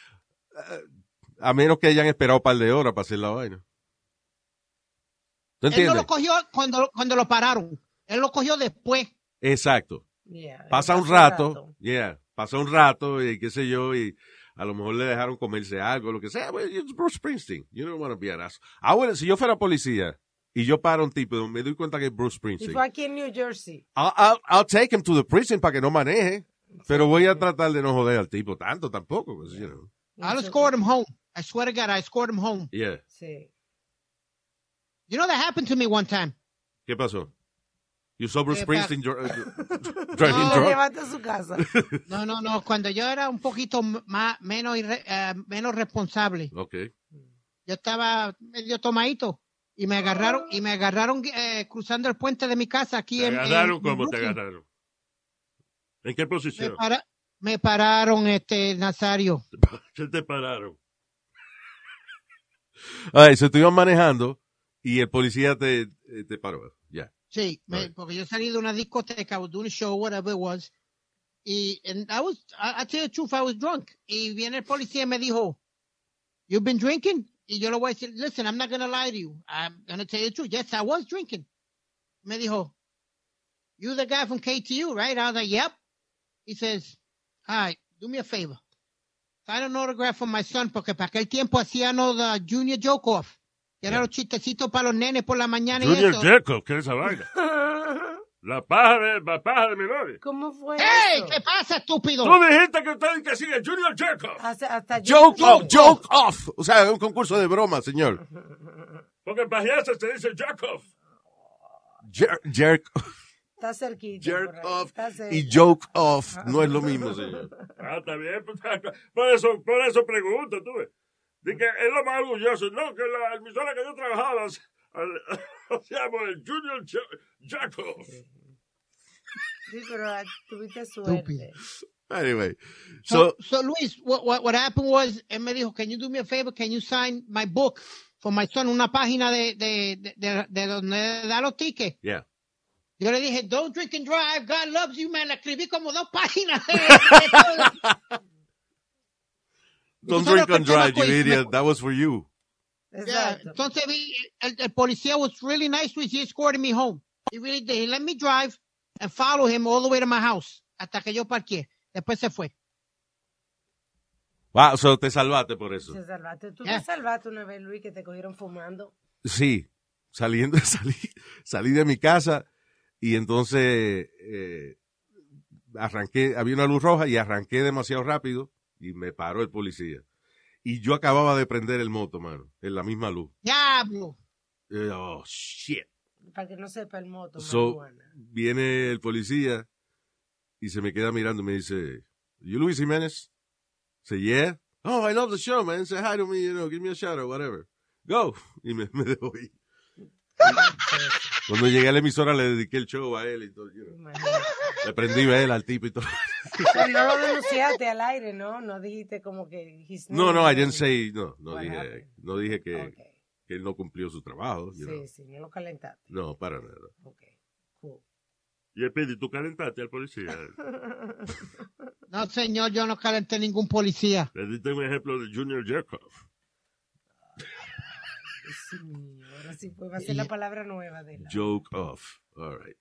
A menos que hayan esperado un par de horas para hacer la vaina. ¿Tú entiendes? Él no lo cogió cuando lo pararon. Él lo cogió después. Exacto. Yeah, pasa un rato. Yeah. pasó un rato y qué sé yo, y a lo mejor le dejaron comerse algo, lo que sea. Well, it's Bruce Springsteen. You don't want to be an ass. Bueno, si yo fuera policía y yo paro a un tipo, me doy cuenta que es Bruce Springsteen. Y fue aquí en New Jersey. I'll take him to the prison para que no maneje. Pero voy a tratar de no joder al tipo tanto tampoco. Pues, you know. I'll escort him home. I swear to God, I escort him home. Yeah. Sí. You know that happened to me one time. ¿Qué pasó? You saw Bruce Springsteen driving Lo drunk? llevaste a su casa. No. Cuando yo era un poquito menos responsable. Okay. Yo estaba medio tomadito y me agarraron cruzando el puente de mi casa aquí ¿Te en agarraron? ¿Cómo te Brooklyn. agarraron? ¿En qué posición? Me pararon, Nazario. ¿Qué te pararon? Ay, se te iban manejando y el policía te paró. Ya. Sí, porque yo salí de una discoteca, I was doing a show, whatever it was, and I tell you the truth, I was drunk. Y viene el policía y me dijo, "You've been drinking?" Y yo le voy a decir, "Listen, I'm not going to lie to you. I'm going to tell you the truth. Yes, I was drinking." Me dijo, "You the guy from KTU, right?" I was like, "Yep." He says, "All right, do me a favor. Sign an autograph for my son," porque para aquel tiempo hacían the Junior Joke Off. Que eran los chistecitos para los nenes por la mañana Junior y eso. Jacob, ¿qué es esa vaina? La paja de menores. ¿Cómo fue ¡Ey! eso? ¿Qué pasa, estúpido? Tú dijiste que usted que sigue Junior Jacob. Hasta Joke off. O sea, es un concurso de broma, señor. Porque en pajeases se dice Jacob. Jerk Está cerquita. por ahí, off está cerca. y joke off no es lo mismo, señor. Está bien. Pues, por eso pregunto, tú ves. Dice que es lo más orgulloso. No, que la emisora que yo trabajaba se llama el Junior Jacob. Sí, pero tuviste suerte. Anyway, So Luis, what happened was, él me dijo, "Can you do me a favor? Can you sign my book for my son?" Una página de donde da los tickets. yeah. Yo le dije, "Don't drink and drive. God loves you, man." Le escribí como 2 páginas. Don't drink and drive, you idiot. That was for you. Yeah. Exacto. Entonces el policía was really nice, Luis. He escorted me home. He really did. He let me drive and follow him all the way to my house hasta que yo parqué. Después se fue. Wow, so te salvaste por eso. Te salvaste. Tú Yeah. te salvaste una vez, Luis, que te cogieron fumando. Sí, salí de mi casa y entonces arranqué, había una luz roja y arranqué demasiado rápido y me paró el policía. Y yo acababa de prender el moto, mano, en la misma luz. Diablo. Oh, shit. Para que no sepa el moto, So, marihuana. viene el policía y se me queda mirando y me dice, "You Luis Jiménez?" Say, "Yeah." "Oh, I love the show, man. Say hi to me, give me a shout out, whatever." "Go." Y me dejó ir. Cuando llegué a la emisora le dediqué el show a él y todo. Imagínate. Le prendí a él al tipo y todo. Pero no lo denunciaste al aire, ¿no? No dijiste como que... No, I didn't say, no What dije happened? que, Okay. que él no cumplió su trabajo. you know. Sí, no lo calentaste. No, para nada. Ok, cool. Y Speedy, ¿tú calentaste al policía? No, señor, yo no calenté ningún policía. Le diste un ejemplo de Junior Jacob. Sí, ahora sí va a ser la palabra nueva de la... Joke off. All right.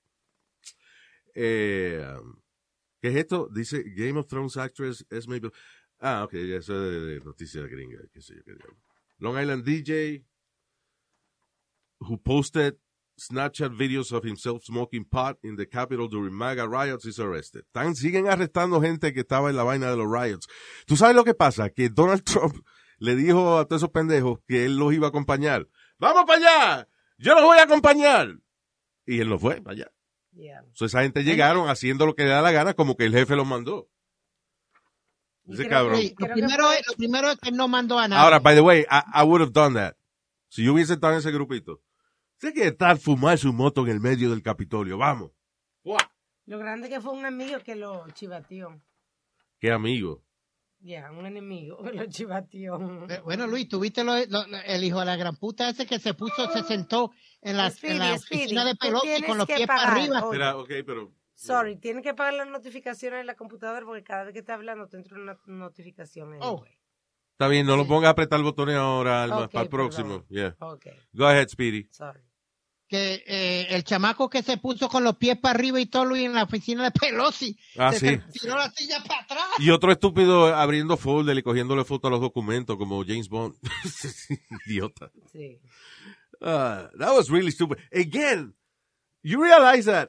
¿Qué es esto? Dice Game of Thrones actress Esme. Ok, eso es de noticias gringa, qué sé yo qué diablo. Long Island DJ who posted Snapchat videos of himself smoking pot in the Capitol during MAGA riots is arrested. Siguen arrestando gente que estaba en la vaina de los riots. ¿Tú sabes lo que pasa? Que Donald Trump le dijo a todos esos pendejos que él los iba a acompañar. ¡Vamos para allá! ¡Yo los voy a acompañar! Y él no fue para allá. Yeah. So, esa gente llegaron haciendo lo que le da la gana, como que el jefe los mandó. Y Ese creo cabrón. que- Lo creo que primero es que él no mandó a nadie. Ahora, by the way, I would have done that. Si yo hubiese estado en ese grupito. Sé que está fumar su moto en el medio del Capitolio. Vamos. Lo grande que fue un amigo que lo chivateó. Qué amigo. Ya, un enemigo que lo chivateó. Bueno, Luis, tuviste el hijo de la gran puta ese que se sentó en la Speedy, oficina de tú pelota y tienes con los que pies para pagar. arriba. Oye, Espera, ok, pero... Sorry, tiene que pagar las notificaciones en la computadora porque cada vez que está hablando te entra una notificación. Anyway. Está bien, no lo pongas a apretar botones ahora, Alma, Ok, para el próximo. perdón. Yeah. Ok, Go ahead, Speedy. sorry. que el chamaco que se puso con los pies para arriba y todo Luis en la oficina de Pelosi. Se tiró la silla para atrás. Y otro estúpido abriendo folder y cogiéndole foto a los documentos como James Bond. Idiota. Sí. That was really stupid. Again, you realize that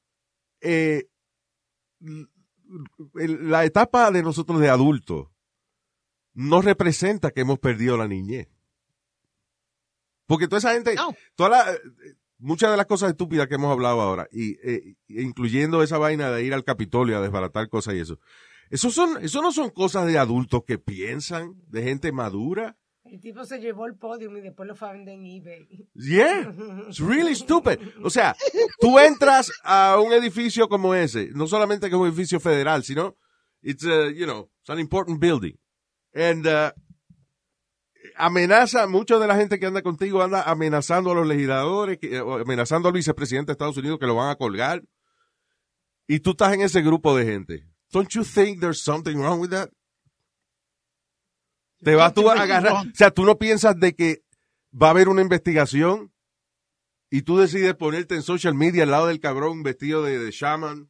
la etapa de nosotros de adultos no representa que hemos perdido la niñez. Porque toda esa gente, muchas de las cosas estúpidas que hemos hablado ahora, incluyendo esa vaina de ir al Capitolio a desbaratar cosas y eso no son cosas de adultos que piensan, de gente madura. El tipo se llevó el podium y después lo fue a vender en eBay. Yeah, it's really stupid. O sea, tú entras a un edificio como ese, no solamente que es un edificio federal, sino it's an important building. And amenaza, mucha de la gente que anda contigo anda amenazando a los legisladores, amenazando al vicepresidente de Estados Unidos que lo van a colgar. Y tú estás en ese grupo de gente. Don't you think there's something wrong with that? Te vas tú a agarrar. O sea, tú no piensas de que va a haber una investigación y tú decides ponerte en social media al lado del cabrón vestido de shaman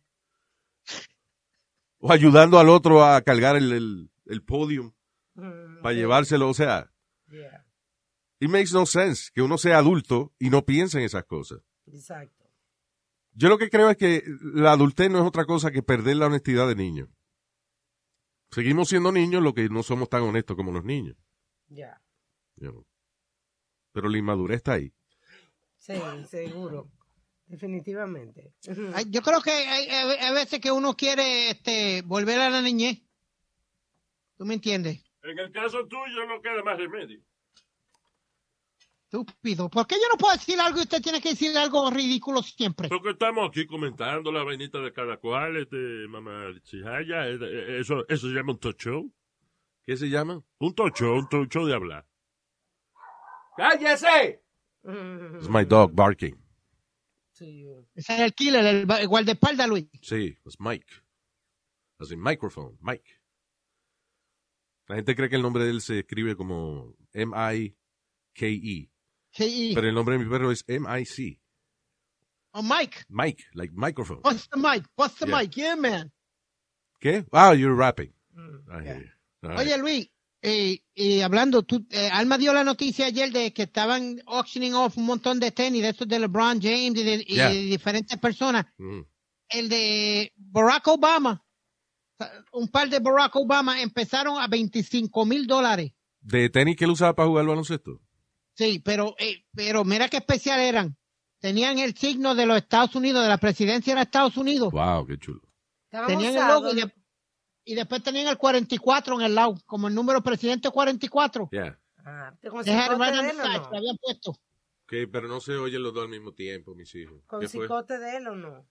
o ayudando al otro a cargar el podium para llevárselo. O sea, it makes no sense que uno sea adulto y no piense en esas cosas. Exacto. Yo lo que creo es que la adultez no es otra cosa que perder la honestidad de niño. Seguimos siendo niños, lo que no somos tan honestos como los niños. Ya. Pero la inmadurez está ahí. Sí, seguro. Definitivamente. Yo creo que hay veces que uno quiere volver a la niñez. ¿Tú me entiendes? En el caso tuyo no queda más remedio. Estúpido. ¿Por qué yo no puedo decir algo y usted tiene que decir algo ridículo siempre? Porque estamos aquí comentando la vainita de cada cual, mamá Chihaya, eso se llama un talk show. ¿Qué se llama? Un talk show de hablar. ¡Cállese! It's my dog barking. Sí. Ese es el killer, el guardaespaldas, Luis. Sí, es Mike. As in microphone, Mike. La gente cree que el nombre de él se escribe como M-I-K-E. Pero el nombre de mi perro es M-I-C. Oh, Mike. Mike, like microphone. What's the mic? What's the mic? Yeah, man. ¿Qué? Ah, you're rapping. Oye, Luis, y hablando, Alma dio la noticia ayer de que estaban auctioning off un montón de tenis, de estos de LeBron James y de diferentes personas. El de Barack Obama, un par de Barack Obama empezaron a $25,000. ¿De tenis que él usaba para jugar al baloncesto? Sí, pero mira qué especial eran. Tenían el signo de los Estados Unidos, de la presidencia de los Estados Unidos. Wow, qué chulo. Tenían el logo y después tenían el 44 en el lado, como el número presidente 44. Yeah. ¿Con cicote de él o no? Lo habían puesto. Okay, pero no se oyen los dos al mismo tiempo, mis hijos. ¿Con cicote de él o no?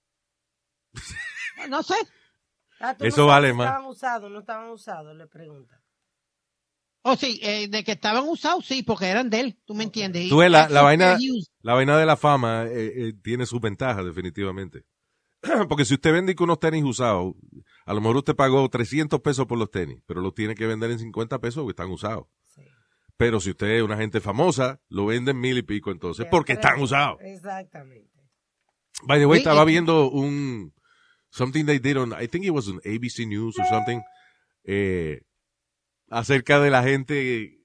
No sé. Eso no vale más. ¿No estaban usados? Le pregunta. Oh, sí, de que estaban usados, sí, porque eran de él, tú me entiendes. Tú ves, la vaina de la fama tiene sus ventajas, definitivamente. Porque si usted vende unos tenis usados, a lo mejor usted pagó $300 por los tenis, pero los tiene que vender en $50 porque están usados. Sí. Pero si usted es una gente famosa, lo vende en $1,000 y pico, entonces, porque están usados. Exactamente. By the way, estaba viendo something they did on, I think it was on ABC News or something, acerca de la gente,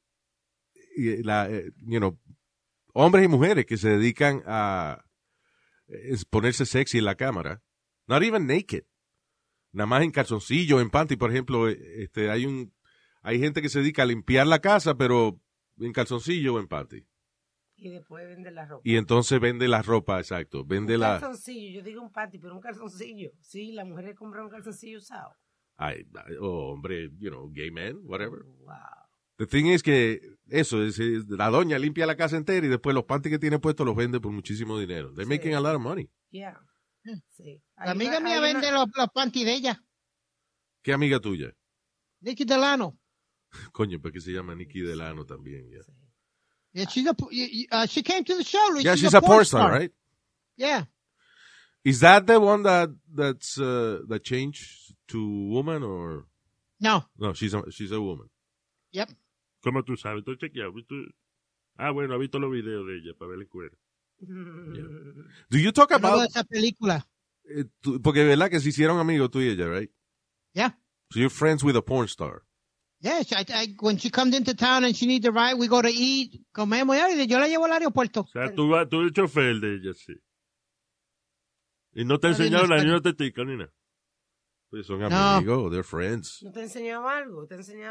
hombres y mujeres que se dedican a ponerse sexy en la cámara. Not even naked. Nada más en calzoncillo, en panty, por ejemplo, hay gente que se dedica a limpiar la casa, pero en calzoncillo o en panty. Y después vende la ropa. Y entonces vende la ropa, exacto. Vende un calzoncillo, yo digo un panty, pero un calzoncillo. Sí, las mujeres compran un calzoncillo usado. Hombre, gay man, whatever. Wow. The thing is que eso, la doña limpia la casa entera y después los panties que tiene puestos los vende por muchísimo dinero. They're making a lot of money. Yeah. Sí. La amiga mía vende los panties de ella. ¿Qué amiga tuya? Nikki Delano. Coño, ¿por qué se llama Nikki Delano también? Yeah. Yeah, she came to the show. Yeah, she's a porn star, right? Yeah. Is that the one that changed to woman or? No. No, she's a woman. Yep. ¿Cómo tú sabes? ¿Tú chequeado? Bueno, ha visto los videos de ella para ver el cuero. Do you talk about esa película? Porque verdad que se hicieron amigos tú y ella, right? Yeah. So you're friends with a porn star. Yes, when she comes into town and she needs a ride, we go to eat, comemos y yo la llevo al aeropuerto. O sea, tú eres chofer de ella, sí. Y no te ha enseñado la niña tetica ni nada. Pues son amigos, they're friends. ¿No te enseñaba algo?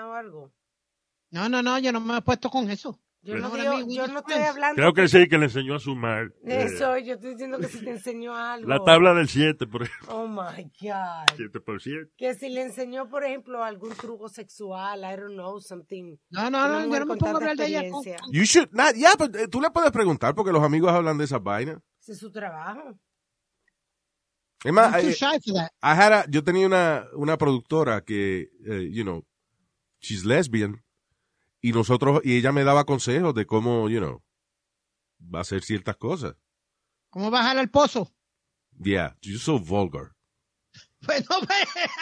No, yo no me he puesto con eso. Yo no estoy hablando. Creo que sí, que le enseñó a sumar. Eso, yo estoy diciendo que si te enseñó algo. La tabla del 7, por ejemplo. Oh my God. 7%. Que si le enseñó, por ejemplo, algún truco sexual, I don't know, something. No, yo no me pongo a hablar de ella. You should not, yeah, but tú le puedes preguntar porque los amigos hablan de esas vainas. Ese es su trabajo. Es más, I'm too shy for that. yo tenía una productora que, you know, she's lesbian. Y ella me daba consejos de cómo, you know, va a hacer ciertas cosas. ¿Cómo bajar al pozo? Yeah, you're so vulgar. Pues no me...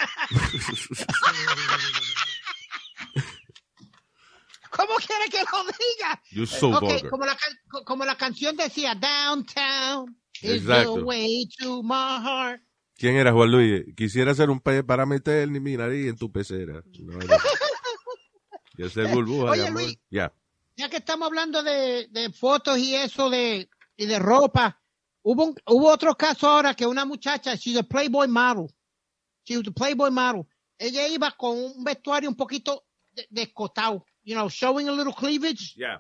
¿Cómo quiere que lo diga? You're so vulgar. Como la canción decía, downtown is Exacto. the way to my heart. ¿Quién era Juan Luis? Quisiera hacer un pez para meter mi nariz en tu pecera. No. Y hacer burbuja. Oye, Luis, ya que estamos hablando de fotos y eso y de ropa, hubo otro caso ahora que una muchacha, she's a Playboy model. She was a Playboy model. Ella iba con un vestuario un poquito descotado, you know, showing a little cleavage. Yeah.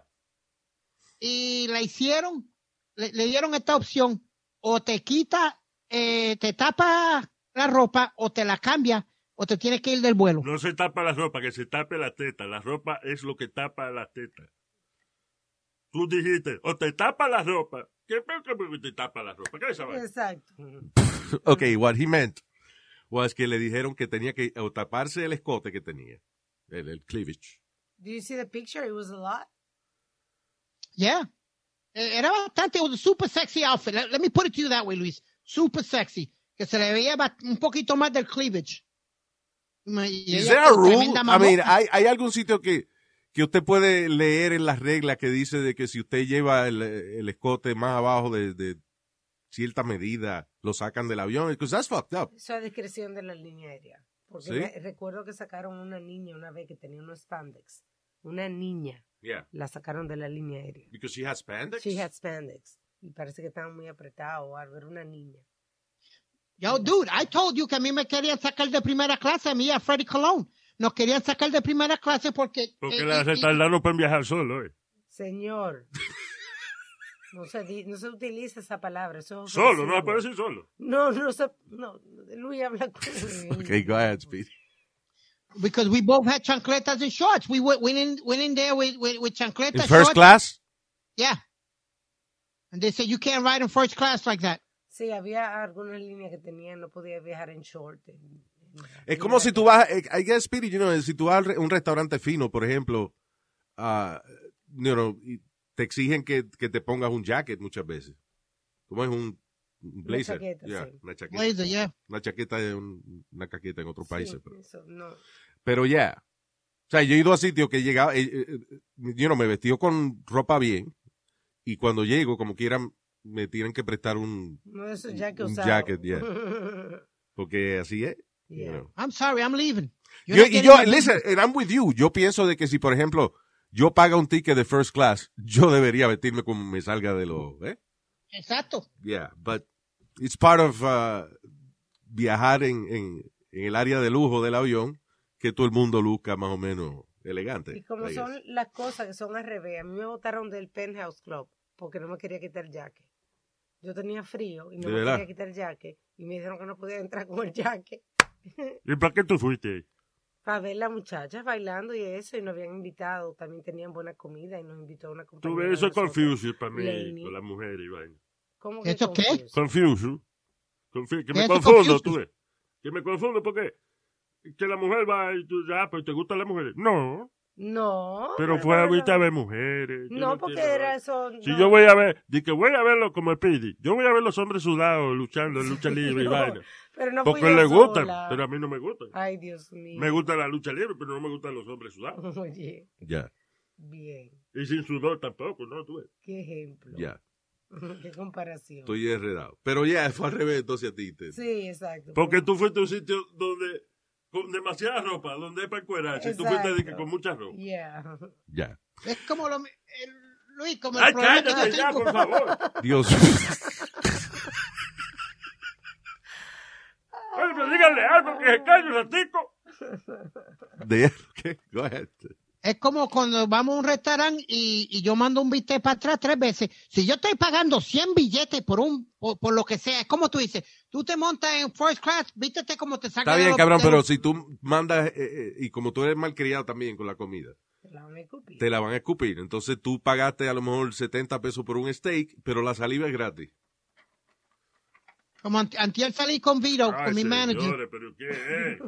Y le dieron esta opción, o te te tapa la ropa, o te la cambia, o te tienes que ir del vuelo. No se tapa la ropa, que se tape la teta. La ropa es lo que tapa la teta. Tú dijiste, o te tapa la ropa. ¿Qué te tapa la ropa? ¿Qué es esa vaina? Exacto. Okay, what he meant was que le dijeron que tenía que o taparse el escote que tenía, el cleavage. Do you see the picture? It was a lot. Yeah. Era bastante, it was a super sexy outfit. Let me put it to you that way, Luis. Super sexy. Que se le veía un poquito más del cleavage. Is there a rule? I mean, ¿hay algún sitio que usted puede leer en las reglas que dice de que si usted lleva el escote más abajo de cierta medida, lo sacan del avión? Because that's fucked up. Eso es discreción de la línea aérea. Porque ¿Sí? recuerdo que sacaron una niña una vez que tenía unos spandex. Una niña. Yeah. La sacaron de la línea aérea. Because she had spandex? She had spandex. Y parece que estaban muy apretados o algo. Era una niña. Yo, dude, I told you que a mí me querían sacar de primera clase, a mí y a Freddy Colón. Nos querían sacar de primera clase porque... Porque las retardadas no pueden viajar solo, Señor. No se utiliza esa palabra. Eso es solo, no puede decir solo. No, Luis habla con Okay, go ahead, Speedy. Because we both had chancletas and shorts. We went in there with chancletas. In first class? Yeah. And they said, you can't ride in first class like that. Sí, había algunas líneas que tenían, no podía viajar en short. Es como si tú vas, I guess, Speedy, you know, si tú vas a un restaurante fino, por ejemplo, you know, te exigen que te pongas un jacket muchas veces. Como es un blazer. Una chaqueta, Yeah, sí. Una chaqueta. Blazer, yeah. Una chaqueta de una caqueta en otros países. Sí, eso, no. Pero ya. Yeah. O sea, yo he ido a sitios que llegaba, you know, me vestido con ropa bien y cuando llego, como quieran, me tienen que prestar un jacket, yeah. Porque así es. Yeah. You know. I'm sorry, I'm leaving. Listen, and I'm with you. Yo pienso de que si, por ejemplo, yo pago un ticket de first class, yo debería vestirme como me salga de lo, Exacto. Yeah, but it's part of viajar en el área de lujo del avión, que todo el mundo luzca más o menos elegante. Y como son las cosas que son al revés, a mí me botaron del Penthouse Club porque no me quería quitar el jacket. Yo tenía frío y no me quería quitar el jacket y me dijeron que no podía entrar con el jacket. ¿Y para qué tú fuiste? Para ver las muchachas bailando y eso, y nos habían invitado, también tenían buena comida y nos invitó a una compañía. Tú ves eso confuso para mí, con las mujeres y vaina. ¿Cómo que ¿Esto qué? Confuso. Que me confundo, tú ves. Que me confundo porque que la mujer va y tú ya, pero ¿te gustan las mujeres? No. No. Pero fue ahorita a ver mujeres. No, porque era eso. Si yo voy a ver, di que voy a verlo como el Pidi. Yo voy a ver los hombres sudados luchando en lucha libre y vaina. Pero no porque le gustan, pero a mí no me gustan. Ay, Dios mío. Me gusta la lucha libre, pero no me gustan los hombres sudados. Oye. Ya. Bien. Y sin sudor tampoco, ¿no? ¿Tú ves? Qué ejemplo. Ya. Qué comparación. Estoy enredado. Pero ya, fue al revés entonces a ti. Sí, exacto. Porque tú fuiste a un sitio donde con demasiada ropa, donde es para encuerarse. Tú fuiste de que con mucha ropa. Yeah. Ya. Es como Luis, como Ay, el problema que cállate yo ya, tengo. por favor. Dios. Oye, pero díganle algo que se calle un ratico. ¿Qué? Go ahead. Es como cuando vamos a un restaurante y yo mando un billete para atrás 3 veces. Si yo estoy pagando 100 billetes por lo que sea, es como tú dices, tú te montas en first class, vístete como te saca. Está bien, cabrón, pero si tú mandas, y como tú eres malcriado también con la comida, Te la van a escupir. te la van a escupir. Entonces tú pagaste a lo mejor 70 pesos por un steak, pero la saliva es gratis. Como antier salí con Vito, Ay, con mi manager. señores, pero ¿qué es?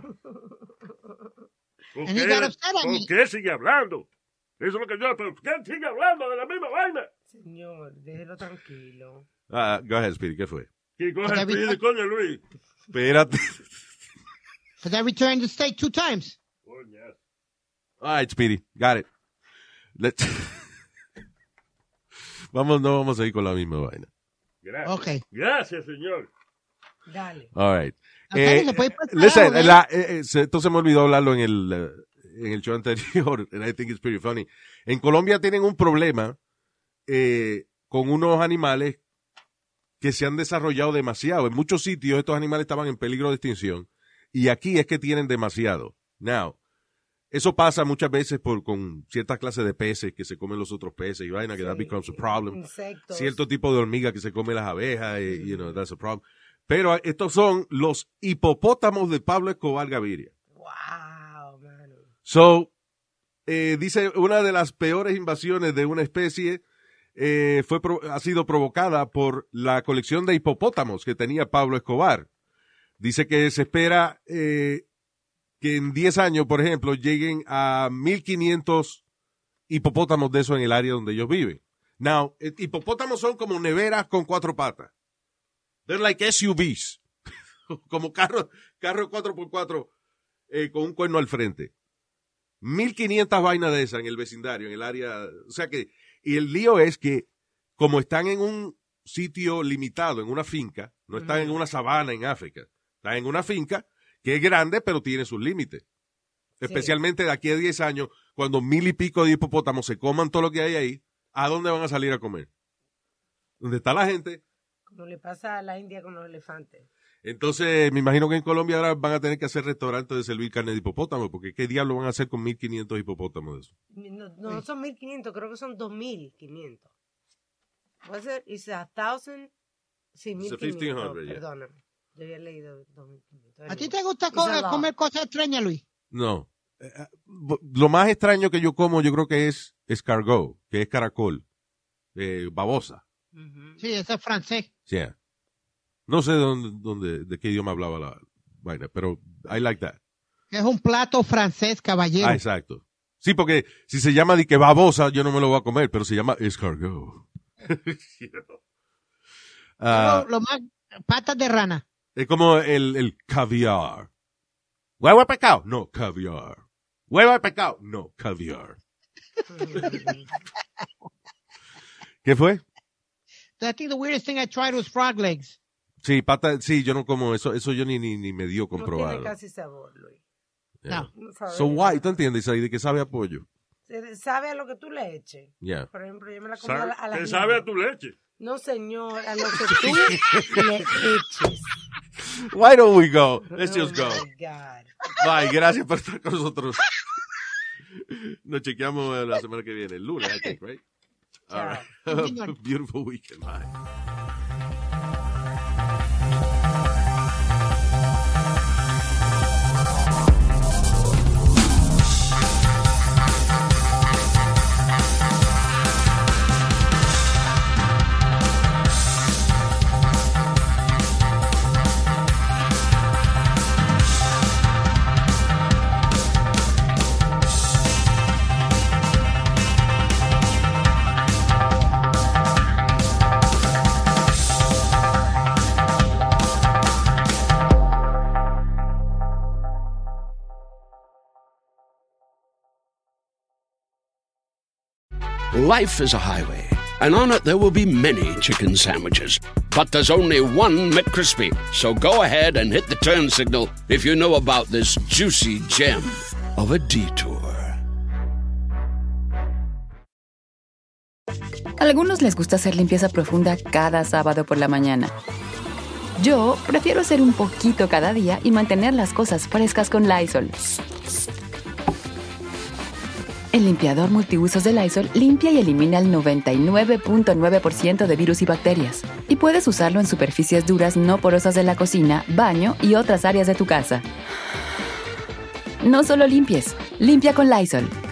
¿Por And he got upset at me. qué sigue hablando? Eso es lo que yo... ¿Pero qué sigue hablando de la misma vaina? Señor, déjelo tranquilo. Go ahead, Speedy, ¿qué fue? ¿Qué coge Porque el pide, coño, Luis? Espérate. Because I returned the steak 2 times. Coño. All right, Speedy, got it. No vamos a ir con la misma vaina. Gracias. Okay. Gracias, señor. Dale. All right. Okay, se puede pasar, Listen, ¿eh? esto se me olvidó hablarlo en el show anterior, and I think it's pretty funny. En Colombia tienen un problema con unos animales que se han desarrollado demasiado. En muchos sitios estos animales estaban en peligro de extinción y aquí es que tienen demasiado. Now, eso pasa muchas veces con ciertas clases de peces que se comen los otros peces y vaina, que that becomes a problem. Insectos. Cierto tipo de hormiga que se come las abejas, you know, that's a problem. Pero estos son los hipopótamos de Pablo Escobar Gaviria. Wow, mano. So, dice, una de las peores invasiones de una especie ha sido provocada por la colección de hipopótamos que tenía Pablo Escobar. Dice que se espera que en 10 años, por ejemplo, lleguen a 1,500 hipopótamos de eso en el área donde ellos viven. Now, hipopótamos son como neveras con 4 patas. They're like SUVs. Como carro 4x4 con un cuerno al frente. 1,500 vainas de esas en el vecindario, en el área. O sea que, y el lío es que, como están en un sitio limitado, en una finca, no están en una sabana en África, están en una finca que es grande, pero tiene sus límites. Especialmente de aquí a 10 años, cuando 1,000 y pico de hipopótamos se coman todo lo que hay ahí, ¿a dónde van a salir a comer? ¿Dónde está la gente? Como le pasa a la India con los elefantes. Entonces, me imagino que en Colombia ahora van a tener que hacer restaurantes de servir carne de hipopótamo, porque ¿qué diablo van a hacer con 1,500 hipopótamos de eso? No son 1,500, creo que son 2,500. ¿Puede ser? ¿Es 1,000? Sí, 1,500. yeah. Perdóname. Yo había leído 2,500. ¿A ti te gusta It's a lot. comer cosas extrañas, Luis? No. Lo más extraño que yo como, yo creo que es escargot, que es caracol, babosa. Sí, ese es francés. Yeah. No sé de qué idioma hablaba la vaina, pero I like that. Es un plato francés, caballero. Ah, exacto. Sí, porque si se llama de que babosa, yo no me lo voy a comer, pero se llama escargot. Lo más, patas de rana. Es como el caviar. ¿Huevo de pescado? No, caviar. ¿Huevo de pescado? No, caviar. ¿Qué fue? I think the weirdest thing I tried was frog legs. Sí, sí, yo no como eso. Eso yo ni me dio No comprobar. tiene casi sabor, Luis. Yeah. No. sabe So why? ¿Tú entiendes, Isaí, de que sabe a pollo? Sabe a lo que tú le eches. Yeah. Por ejemplo, yo me la comí a la ¿Te sabe a tu leche? No, señor, a lo que tú le eches. Why don't we go? Let's just go. Oh, my God. Bye, gracias por estar con nosotros. Nos chequeamos la semana que viene, el lunes, I think, right? All right. Have a beautiful weekend. Bye. Life is a highway, And on it there will be many chicken sandwiches. But there's only one McCrispy. So go ahead and hit the turn signal if you know about this juicy gem of a detour. A algunos les gusta hacer limpieza profunda cada sábado por la mañana. Yo prefiero hacer un poquito cada día y mantener las cosas frescas con Lysol. El limpiador multiusos de Lysol limpia y elimina el 99.9% de virus y bacterias. Y puedes usarlo en superficies duras no porosas de la cocina, baño y otras áreas de tu casa. No solo limpies, limpia con Lysol.